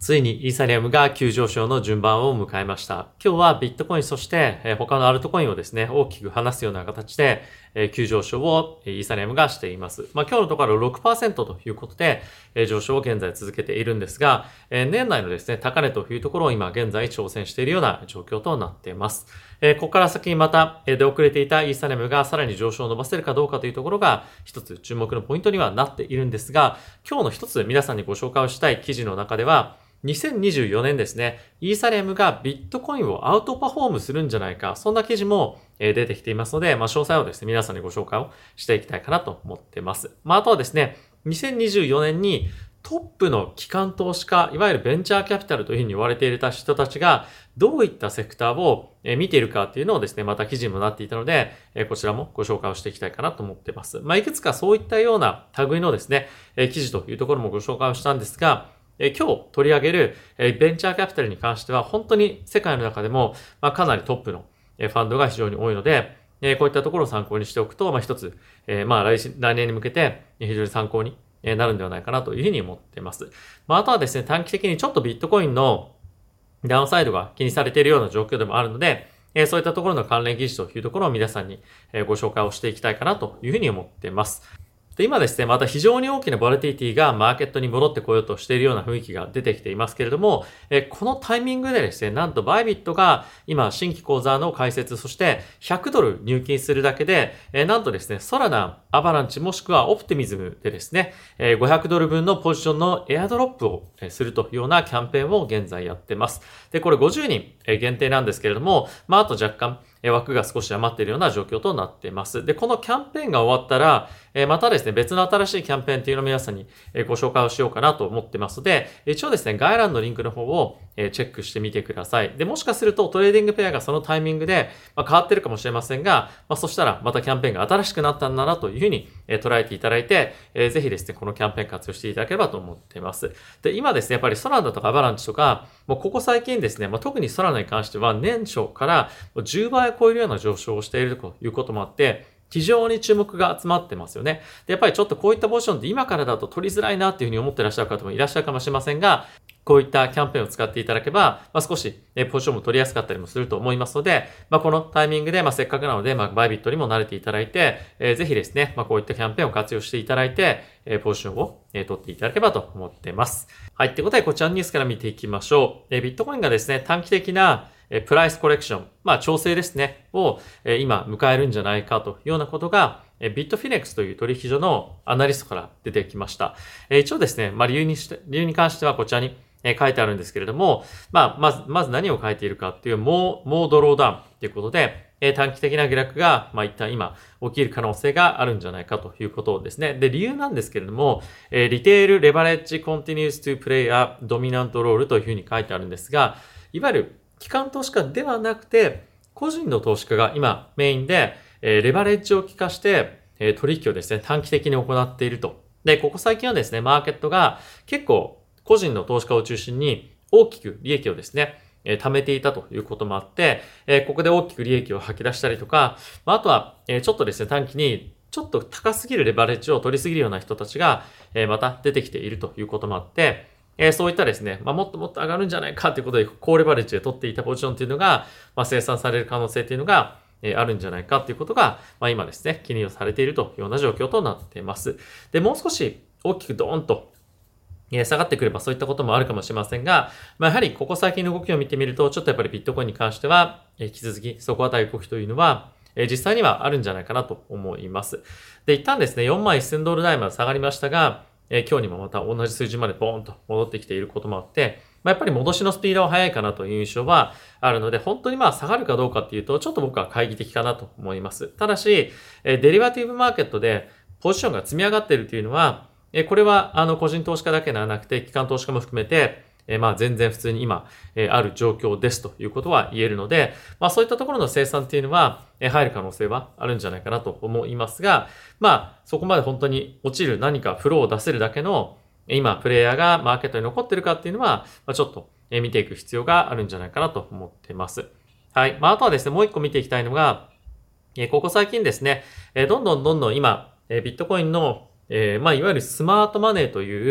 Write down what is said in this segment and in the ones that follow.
ついにイーサリアムが急上昇の順番を迎えました。今日はビットコインそして他のアルトコインをですね、大きく離すような形で急上昇をイーサリアムがしています。今日のところ 6% ということで上昇を現在続けているんですが、年内のですね、高値というところを今現在挑戦しているような状況となっています。ここから先にまた出遅れていたイーサリアムがさらに上昇を伸ばせるかどうかというところが一つ注目のポイントにはなっているんですが、今日の一つ皆さんにご紹介をしたい記事の中では、2024年ですね、イーサリアムがビットコインをアウトパフォームするんじゃないか、そんな記事も出てきていますので、詳細をですね、皆さんにご紹介をしていきたいかなと思っています。あとはですね、2024年にトップの機関投資家、いわゆるベンチャーキャピタルというふうに言われていた人たちが、どういったセクターを見ているかっていうのをですね、また記事にもなっていたので、こちらもご紹介をしていきたいかなと思っています。いくつかそういったような類のですね、記事というところもご紹介をしたんですが、今日取り上げるベンチャーキャピタルに関しては本当に世界の中でもかなりトップのファンドが非常に多いので、こういったところを参考にしておくと、一つ、来年に向けて非常に参考になるんではないかなというふうに思っています。あとはですね、短期的にちょっとビットコインのダウンサイドが気にされているような状況でもあるので、そういったところの関連記事というところを皆さんにご紹介をしていきたいかなというふうに思っています。で、今ですね、また非常に大きなボラティリティがマーケットに戻ってこようとしているような雰囲気が出てきていますけれども、このタイミングでですね、なんとバイビットが今新規口座の開設、そして$100入金するだけで、なんとですね、ソラナ、アバランチもしくはオプティミズムでですね、$500分のポジションのエアドロップをするというようなキャンペーンを現在やってます。で、これ50人限定なんですけれども、あと若干枠が少し余っているような状況となっています。で、このキャンペーンが終わったら、またですね、別の新しいキャンペーンっていうのを皆さんにご紹介をしようかなと思ってますので、一応ですね、概要欄のリンクの方をチェックしてみてください。で、もしかするとトレーディングペアがそのタイミングで変わってるかもしれませんが、そしたらまたキャンペーンが新しくなったんだなというふうに捉えていただいて、ぜひですね、このキャンペーン活用していただければと思っています。で、今ですね、やっぱりソラナとかアバランチとか、もうここ最近ですね、特にソラナに関しては年初から10倍を超えるような上昇をしているということもあって、非常に注目が集まってますよね。で、やっぱりちょっとこういったポジションって今からだと取りづらいなっていうふうに思っていらっしゃる方もいらっしゃるかもしれませんが、こういったキャンペーンを使っていただけば、少しポジションも取りやすかったりもすると思いますので、このタイミングで、せっかくなので、バイビットにも慣れていただいて、ぜひですね、こういったキャンペーンを活用していただいて、ポジションを取っていただければと思っています。はい。ということで、こちらのニュースから見ていきましょう。ビットコインがですね、短期的なプライスコレクション、調整ですね、を今迎えるんじゃないかというようなことが、ビットフィネックスという取引所のアナリストから出てきました。一応ですね、理由に関してはこちらに書いてあるんですけれども、まず何を書いているかっていう、もうドローダウンということで、短期的な下落が、一旦今起きる可能性があるんじゃないかということですね。で、理由なんですけれども、リテールレバレッジコンティニューストゥプレイヤードミナントロールというふうに書いてあるんですが、いわゆる機関投資家ではなくて、個人の投資家が今メインで、レバレッジを効かして、取引をですね、短期的に行っていると。で、ここ最近はですね、マーケットが結構個人の投資家を中心に大きく利益をですね、貯めていたということもあって、ここで大きく利益を吐き出したりとか、あとは、ちょっとですね、短期にちょっと高すぎるレバレッジを取りすぎるような人たちが、また出てきているということもあって、そういったですね、もっともっと上がるんじゃないかということで、高レバレッジで取っていたポジションというのが、生産される可能性というのが、あるんじゃないかということが、今ですね、記入されているというような状況となっています。で、もう少し大きくドーンと下がってくればそういったこともあるかもしれませんが、やはりここ最近の動きを見てみると、ちょっとやっぱりビットコインに関しては、引き続き底堅い動きというのは、実際にはあるんじゃないかなと思います。で、一旦ですね、$41,000台まで下がりましたが、今日にもまた同じ数字までボーンと戻ってきていることもあって、やっぱり戻しのスピードは速いかなという印象はあるので、本当に下がるかどうかっていうと、ちょっと僕は懐疑的かなと思います。ただし、デリバティブマーケットでポジションが積み上がっているというのは、これは個人投資家だけではなくて、機関投資家も含めて、全然普通に今、ある状況ですということは言えるので、そういったところの生産っていうのは、入る可能性はあるんじゃないかなと思いますが、そこまで本当に落ちる何かフローを出せるだけの、今、プレイヤーがマーケットに残ってるかっていうのは、ちょっと見ていく必要があるんじゃないかなと思っています。はい。あとはですね、もう一個見ていきたいのが、ここ最近ですね、どんどん今、ビットコインのいわゆるスマートマネーという、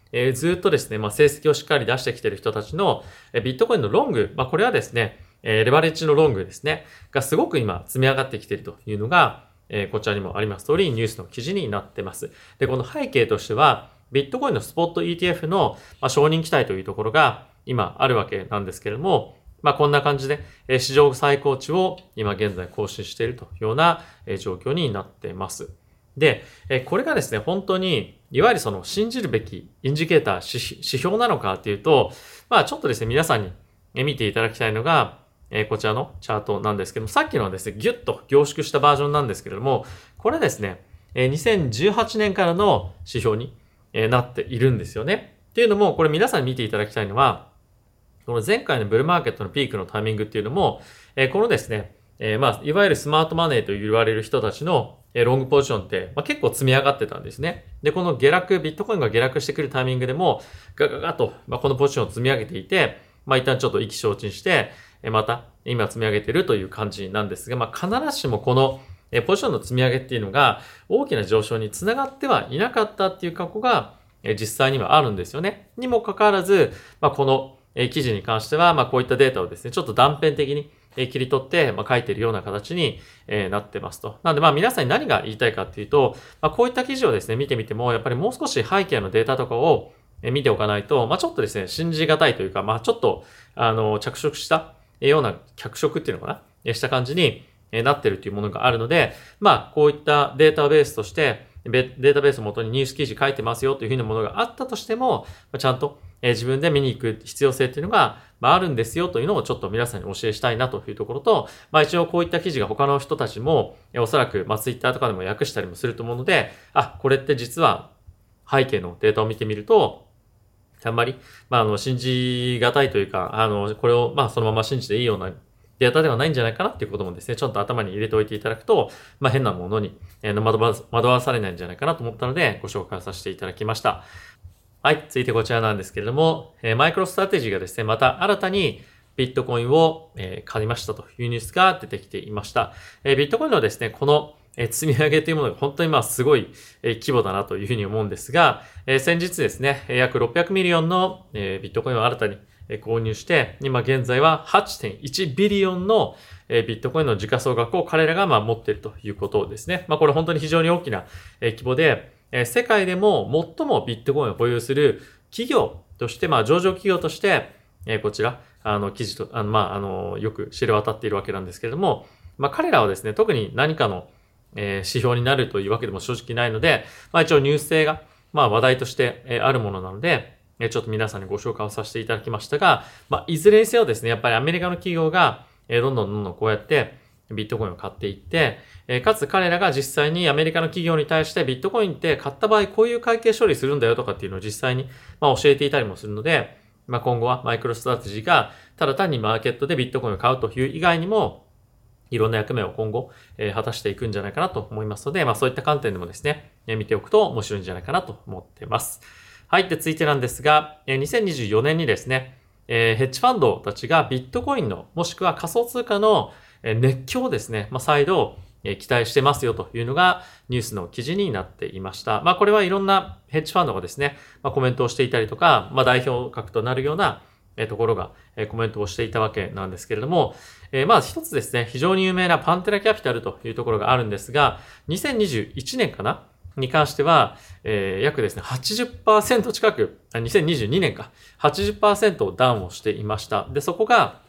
ずっとですね、成績をしっかり出してきている人たちのビットコインのロング、これはですね、レバレッジのロングですね、がすごく今積み上がってきているというのが、こちらにもあります通りニュースの記事になっています。で、この背景としては、ビットコインのスポット ETF の承認期待というところが今あるわけなんですけれども、こんな感じで市場最高値を今現在更新しているというような状況になっています。で、これがですね、本当にいわゆるその信じるべきインジケーター、指標なのかというと、ちょっとですね、皆さんに見ていただきたいのが、こちらのチャートなんですけども、さっきのはですね、ギュッと凝縮したバージョンなんですけれども、これですね、2018年からの指標になっているんですよね。っていうのも、これ皆さんに見ていただきたいのは、この前回のブルーマーケットのピークのタイミングっていうのも、このですね、いわゆるスマートマネーと言われる人たちのロングポジションって、結構積み上がってたんですね。で、この下落、ビットコインが下落してくるタイミングでも、ガガガと、このポジションを積み上げていて、一旦ちょっと意気消沈して、また今積み上げているという感じなんですが、必ずしもこのポジションの積み上げっていうのが大きな上昇につながってはいなかったっていう過去が実際にはあるんですよね。にもかかわらず、この記事に関しては、こういったデータをですね、ちょっと断片的に切り取って、書いているような形になってますと。なので、皆さんに何が言いたいかっていうと、こういった記事をですね、見てみても、やっぱりもう少し背景のデータとかを見ておかないと、ちょっとですね、信じがたいというか、ちょっと、着色したような脚色っていうのかなした感じになってるというものがあるので、こういったデータベースとして、データベースを元にニュース記事書いてますよというふうなものがあったとしても、ちゃんと自分で見に行く必要性っていうのがあるんですよというのをちょっと皆さんに教えしたいなというところと、一応こういった記事が他の人たちもおそらくツイッターとかでも訳したりもすると思うので、これって実は背景のデータを見てみると、あんまり、信じがたいというか、これをそのまま信じていいようなデータではないんじゃないかなっていうこともですね、ちょっと頭に入れておいていただくと、変なものに惑わされないんじゃないかなと思ったので、ご紹介させていただきました。はい、続いてこちらなんですけれども、マイクロストラテジーがですね、また新たにビットコインを買いましたというニュースが出てきていました。ビットコインのですね、この積み上げというものが本当にすごい規模だなというふうに思うんですが、先日ですね、約600ミリオンのビットコインを新たに購入して、今現在は 8.1 ビリオンのビットコインの時価総額を彼らが持っているということですね。これ本当に非常に大きな規模で、世界でも最もビットコインを保有する企業として、上場企業として、こちら、記事と、よく知れ渡っているわけなんですけれども、彼らはですね、特に何かの指標になるというわけでも正直ないので、一応ニュース性が、話題としてあるものなので、ちょっと皆さんにご紹介をさせていただきましたが、いずれにせよですね、やっぱりアメリカの企業が、どんどんこうやってビットコインを買っていって、かつ彼らが実際にアメリカの企業に対してビットコインって買った場合こういう会計処理するんだよとかっていうのを実際に、教えていたりもするので、今後はマイクロストラテジーがただ単にマーケットでビットコインを買うという以外にも、いろんな役目を今後、果たしていくんじゃないかなと思いますので、そういった観点でもですね、見ておくと面白いんじゃないかなと思っています。はい。で、続いてなんですが、2024年にですね、ヘッジファンドたちがビットコインの、もしくは仮想通貨の熱狂をですね、再度期待してますよというのがニュースの記事になっていました。これはいろんなヘッジファンドがですね、コメントをしていたりとか、代表格となるようなところがコメントをしていたわけなんですけれども、一つですね、非常に有名なパンテラキャピタルというところがあるんですが、2021年かなに関しては、約ですね、80% 近く、2022年か、80% ダウンをしていました。で、そこが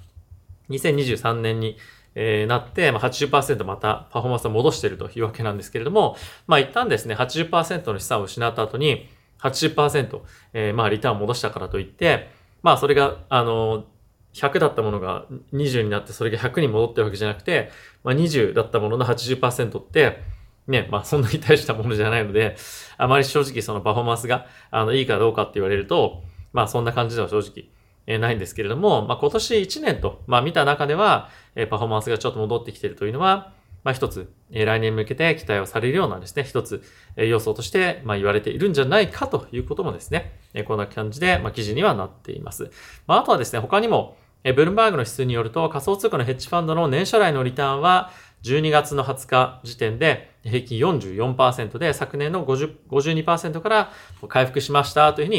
2023年になって、80% またパフォーマンスを戻しているというわけなんですけれども、一旦ですね、80% の資産を失った後に80%、リターンを戻したからといって、それが、100だったものが20になってそれが100に戻ってるわけじゃなくて、20だったものの 80% って、ね、そんなに大したものじゃないので、あまり正直そのパフォーマンスが、いいかどうかって言われると、そんな感じでは正直、ないんですけれども、今年1年と、見た中では、パフォーマンスがちょっと戻ってきているというのは、一つ、来年に向けて期待をされるようなですね、一つ、要素として、言われているんじゃないかということもですね、こんな感じで、記事にはなっています。あとはですね、他にも、ブルームバーグの指数によると、仮想通貨のヘッジファンドの年初来のリターンは、12月の20日時点で平均 44% で、昨年の52% から回復しましたというふうに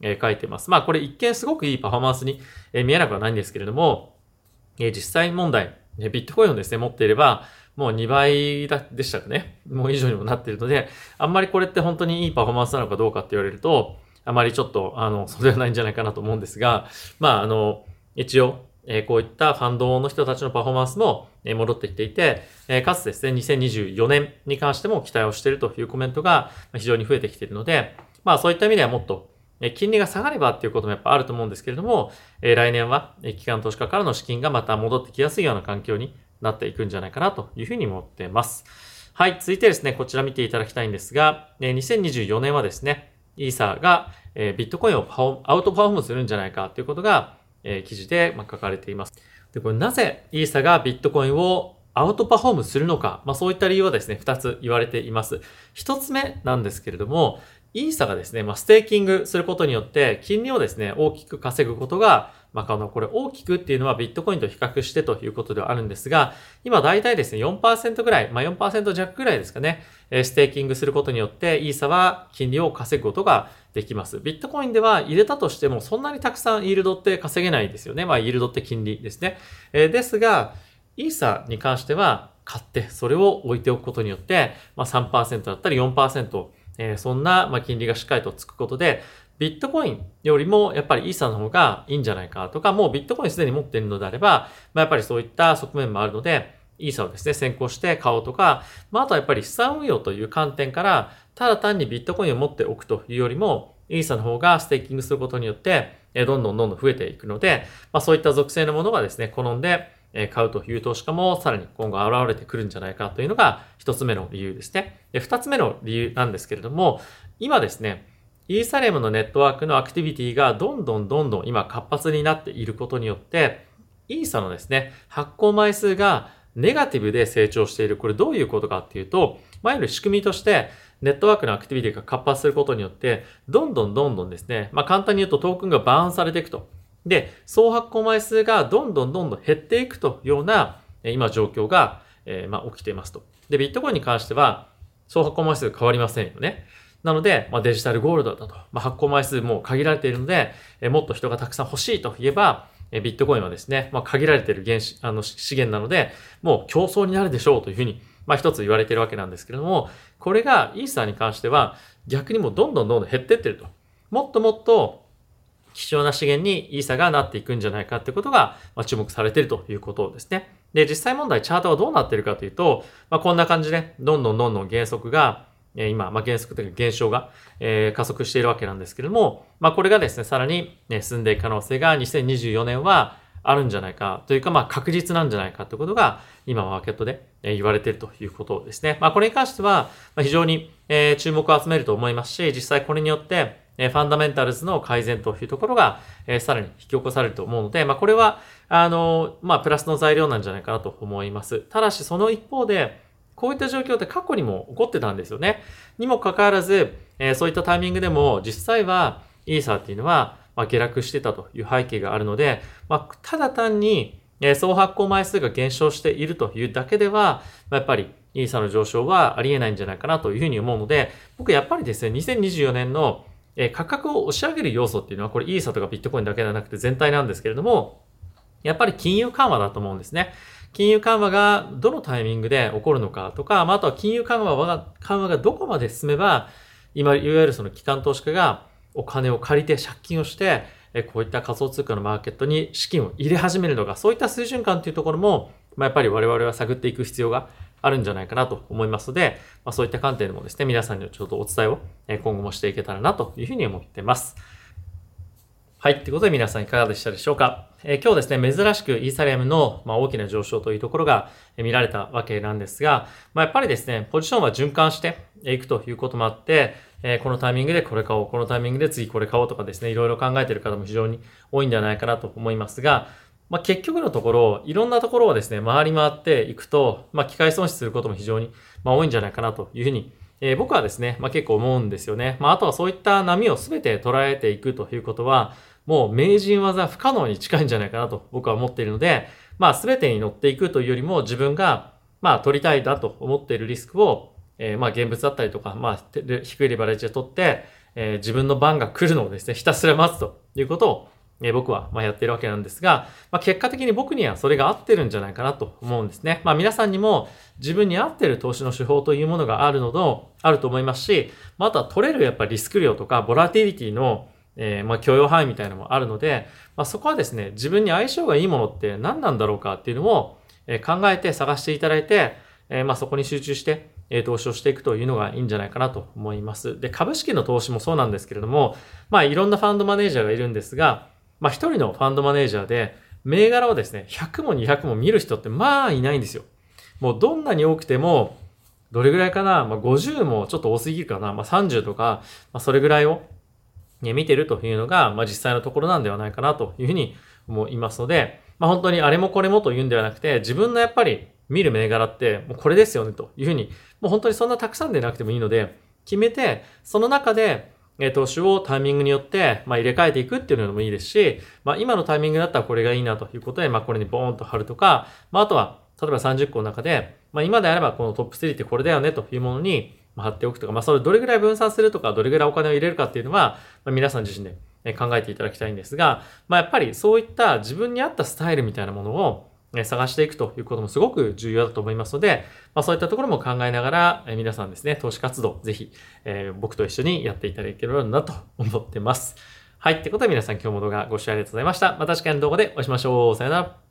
書いてます。まあこれ一見すごくいいパフォーマンスに見えなくはないんですけれども、実際問題、ビットコインをですね、持っていれば、もう2倍でしたかね。もう以上にもなっているので、あんまりこれって本当にいいパフォーマンスなのかどうかって言われると、あまりちょっと、そうではないんじゃないかなと思うんですが、まあ、一応、こういったファンドの人たちのパフォーマンスも戻ってきていて、かつですね、2024年に関しても期待をしているというコメントが非常に増えてきているので、まあそういった意味ではもっと金利が下がればっていうこともやっぱあると思うんですけれども、来年は機関投資家からの資金がまた戻ってきやすいような環境になっていくんじゃないかなというふうに思っています。はい、続いてですね、こちら見ていただきたいんですが、2024年はですね、イーサがビットコインをアウトパフォームするんじゃないかということが記事で書かれています。で、これなぜイーサがビットコインをアウトパフォームするのか、そういった理由はですね、2つ言われています。1つ目なんですけれども、イーサがですね、ステーキングすることによって金利をですね、大きく稼ぐことが可能。これ大きくっていうのはビットコインと比較してということではあるんですが、今大体ですね、4% ぐらい、4% 弱ぐらいですかね、ステーキングすることによってイーサは金利を稼ぐことができます。ビットコインでは入れたとしてもそんなにたくさんイールドって稼げないですよね。イールドって金利ですね。ですが、イーサに関しては買ってそれを置いておくことによって、3% だったり 4%、そんな金利がしっかりとつくことで、ビットコインよりもやっぱりイーサの方がいいんじゃないかとか、もうビットコインすでに持っているのであれば、やっぱりそういった側面もあるので、イーサをですね、先行して買おうとか、あとはやっぱり資産運用という観点から、ただ単にビットコインを持っておくというよりも、イーサの方がステーキングすることによって、どんどん増えていくので、そういった属性のものがですね、好んで買うという投資家もさらに今後現れてくるんじゃないかというのが一つ目の理由ですね。二つ目の理由なんですけれども、今ですね、イーサリアムのネットワークのアクティビティがどんどん今活発になっていることによって、イーサのですね、発行枚数がネガティブで成長している。これどういうことかっていうと、いわゆる仕組みとしてネットワークのアクティビティが活発することによって、どんどんですね、簡単に言うとトークンがバーンされていくと。で、総発行枚数がどんどん減っていくというような、今状況が、起きていますと。で、ビットコインに関しては、総発行枚数変わりませんよね。なので、デジタルゴールドだと。発行枚数も限られているので、もっと人がたくさん欲しいと言えば、ビットコインはですね、限られている資源なので、もう競争になるでしょうというふうに、一つ言われているわけなんですけれども、これがイーサーに関しては、逆にもうどんどん減っていってると。もっと希少な資源にイーサがなっていくんじゃないかってことが注目されているということですね。で、実際問題チャートはどうなっているかというと、こんな感じでどんどん減速が今、減速というか減少が加速しているわけなんですけれども、これがですね、さらに進んでいく可能性が2024年はあるんじゃないかというか、確実なんじゃないかということが今マーケットで言われているということですね。これに関しては非常に注目を集めると思いますし、実際これによってファンダメンタルズの改善というところがさらに引き起こされると思うので、これはプラスの材料なんじゃないかなと思います。ただしその一方で、こういった状況って過去にも起こってたんですよね。にもかかわらず、そういったタイミングでも実際はイーサーっていうのは下落してたという背景があるので、ただ単に総発行枚数が減少しているというだけでは、やっぱりイーサーの上昇はありえないんじゃないかなというふうに思うので、僕やっぱりですね、2024年の価格を押し上げる要素っていうのは、これイーサとかビットコインだけではなくて全体なんですけれども、やっぱり金融緩和だと思うんですね。金融緩和がどのタイミングで起こるのかとか、あとは金融緩和がどこまで進めば、今、いわゆるその機関投資家がお金を借りて借金をして、こういった仮想通貨のマーケットに資金を入れ始めるのか、そういった水準感というところも、やっぱり我々は探っていく必要があるんじゃないかなと思いますので、そういった観点でもですね、皆さんにちょっとお伝えを今後もしていけたらなというふうに思っています。はい。ということで皆さんいかがでしたでしょうか。今日ですね、珍しくイーサリアムの大きな上昇というところが見られたわけなんですが、やっぱりですね、ポジションは循環していくということもあって、このタイミングでこれ買おう、このタイミングで次これ買おうとかですね、いろいろ考えている方も非常に多いんじゃないかなと思いますが、結局のところ、いろんなところをですね、回り回っていくと、機会損失することも非常に多いんじゃないかなというふうに僕はですね、結構思うんですよね。あとはそういった波を全て捉えていくということは、もう名人技不可能に近いんじゃないかなと僕は思っているので、全てに乗っていくというよりも自分が取りたいだと思っているリスクを現物だったりとか、低いレバレッジで取って、 自分の番が来るのをですね、ひたすら待つということを、僕はやっているわけなんですが、結果的に僕にはそれが合ってるんじゃないかなと思うんですね。皆さんにも自分に合ってる投資の手法というものがあると思いますし、あとは取れるやっぱりリスク量とかボラティリティの許容範囲みたいなのもあるので、そこはですね、自分に相性がいいものって何なんだろうかっていうのを考えて探していただいて、そこに集中して投資をしていくというのがいいんじゃないかなと思います。で、株式の投資もそうなんですけれども、いろんなファンドマネージャーがいるんですが、一人のファンドマネージャーで銘柄をですね、100も200も見る人っていないんですよ。もうどんなに多くても、どれぐらいかな、50もちょっと多すぎるかな、30とか、それぐらいを見てるというのが、実際のところなんではないかなというふうに思いますので、本当にあれもこれもというんではなくて、自分のやっぱり見る銘柄ってもうこれですよねというふうに、もう本当にそんなたくさんでなくてもいいので、決めて、その中で投資をタイミングによって入れ替えていくっていうのもいいですし、今のタイミングだったらこれがいいなということで、これにボーンと貼るとか、あとは例えば30個の中で、今であればこのトップ3ってこれだよねというものに貼っておくとか、それどれぐらい分散するとか、どれぐらいお金を入れるかっていうのは、皆さん自身で考えていただきたいんですが、やっぱりそういった自分に合ったスタイルみたいなものを探していくということもすごく重要だと思いますので、そういったところも考えながら、皆さんですね、投資活動、ぜひ、僕と一緒にやっていただければなと思ってます。はい。ってことで皆さん今日も動画ご視聴ありがとうございました。また次回の動画でお会いしましょう。さよなら。